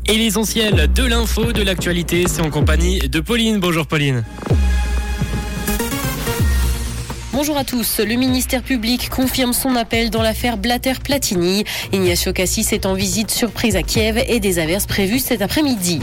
Et l'essentiel de l'info, de l'actualité, c'est en compagnie de Pauline. Bonjour Pauline. Bonjour à tous. Le ministère public confirme son appel dans l'affaire Blatter-Platini. Ignacio Cassis est en visite surprise à Kiev et des averses prévues cet après-midi.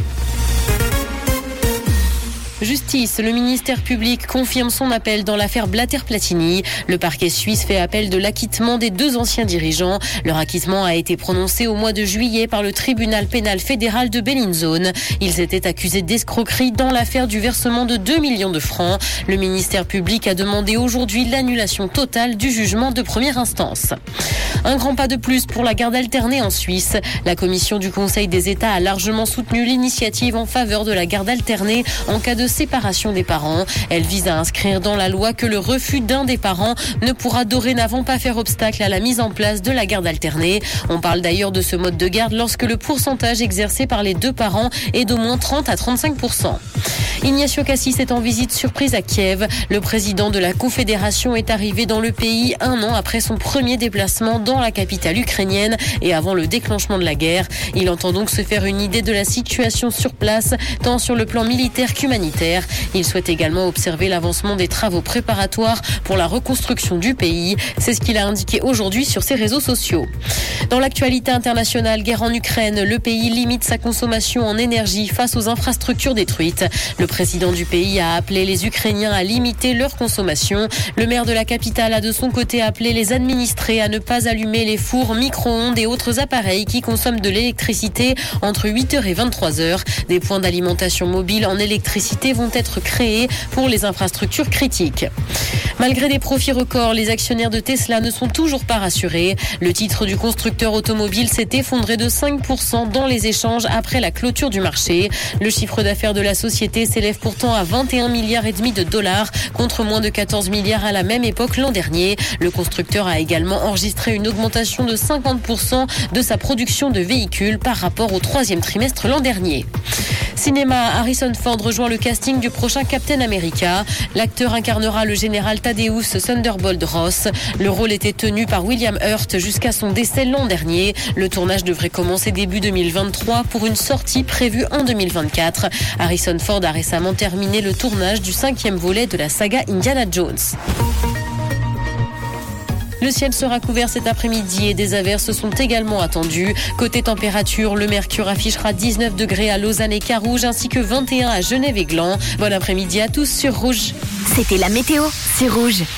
Justice, le ministère public confirme son appel dans l'affaire Blatter-Platini. Le parquet suisse fait appel de l'acquittement des deux anciens dirigeants. Leur acquittement a été prononcé au mois de juillet par le tribunal pénal fédéral de Bellinzone. Ils étaient accusés d'escroquerie dans l'affaire du versement de 2 millions de francs. Le ministère public a demandé aujourd'hui l'annulation totale du jugement de première instance. Un grand pas de plus pour la garde alternée en Suisse. La commission du Conseil des États a largement soutenu l'initiative en faveur de la garde alternée en cas de séparation des parents. Elle vise à inscrire dans la loi que le refus d'un des parents ne pourra dorénavant pas faire obstacle à la mise en place de la garde alternée. On parle d'ailleurs de ce mode de garde lorsque le pourcentage exercé par les deux parents est d'au moins 30 à 35%. Ignacio Cassis est en visite surprise à Kiev. Le président de la Confédération est arrivé dans le pays un an après son premier déplacement dans la capitale ukrainienne et avant le déclenchement de la guerre. Il entend donc se faire une idée de la situation sur place, tant sur le plan militaire qu'humanitaire. Il souhaite également observer l'avancement des travaux préparatoires pour la reconstruction du pays. C'est ce qu'il a indiqué aujourd'hui sur ses réseaux sociaux. Dans l'actualité internationale, guerre en Ukraine, le pays limite sa consommation en énergie face aux infrastructures détruites. Le président du pays a appelé les Ukrainiens à limiter leur consommation. Le maire de la capitale a de son côté appelé les administrés à ne pas allumer les fours, micro-ondes et autres appareils qui consomment de l'électricité entre 8h et 23h. Des points d'alimentation mobile en électricité vont être créés pour les infrastructures critiques. Malgré des profits records, les actionnaires de Tesla ne sont toujours pas rassurés. Le titre du constructeur automobile s'est effondré de 5% dans les échanges après la clôture du marché. Le chiffre d'affaires de la société s'élève pourtant à 21,5 milliards de dollars contre moins de 14 milliards à la même époque l'an dernier. Le constructeur a également enregistré une augmentation de 50% de sa production de véhicules par rapport au troisième trimestre l'an dernier. Cinéma, Harrison Ford rejoint le casting du prochain Captain America. L'acteur incarnera le général Thaddeus Thunderbolt Ross. Le rôle était tenu par William Hurt jusqu'à son décès l'an dernier. Le tournage devrait commencer début 2023 pour une sortie prévue en 2024. Harrison Ford a récemment terminé le tournage du 5e volet de la saga Indiana Jones. Le ciel sera couvert cet après-midi et des averses sont également attendues. Côté température, le mercure affichera 19 degrés à Lausanne et Carouge ainsi que 21 à Genève et Gland. Bon après-midi à tous sur Rouge. C'était la météo sur Rouge.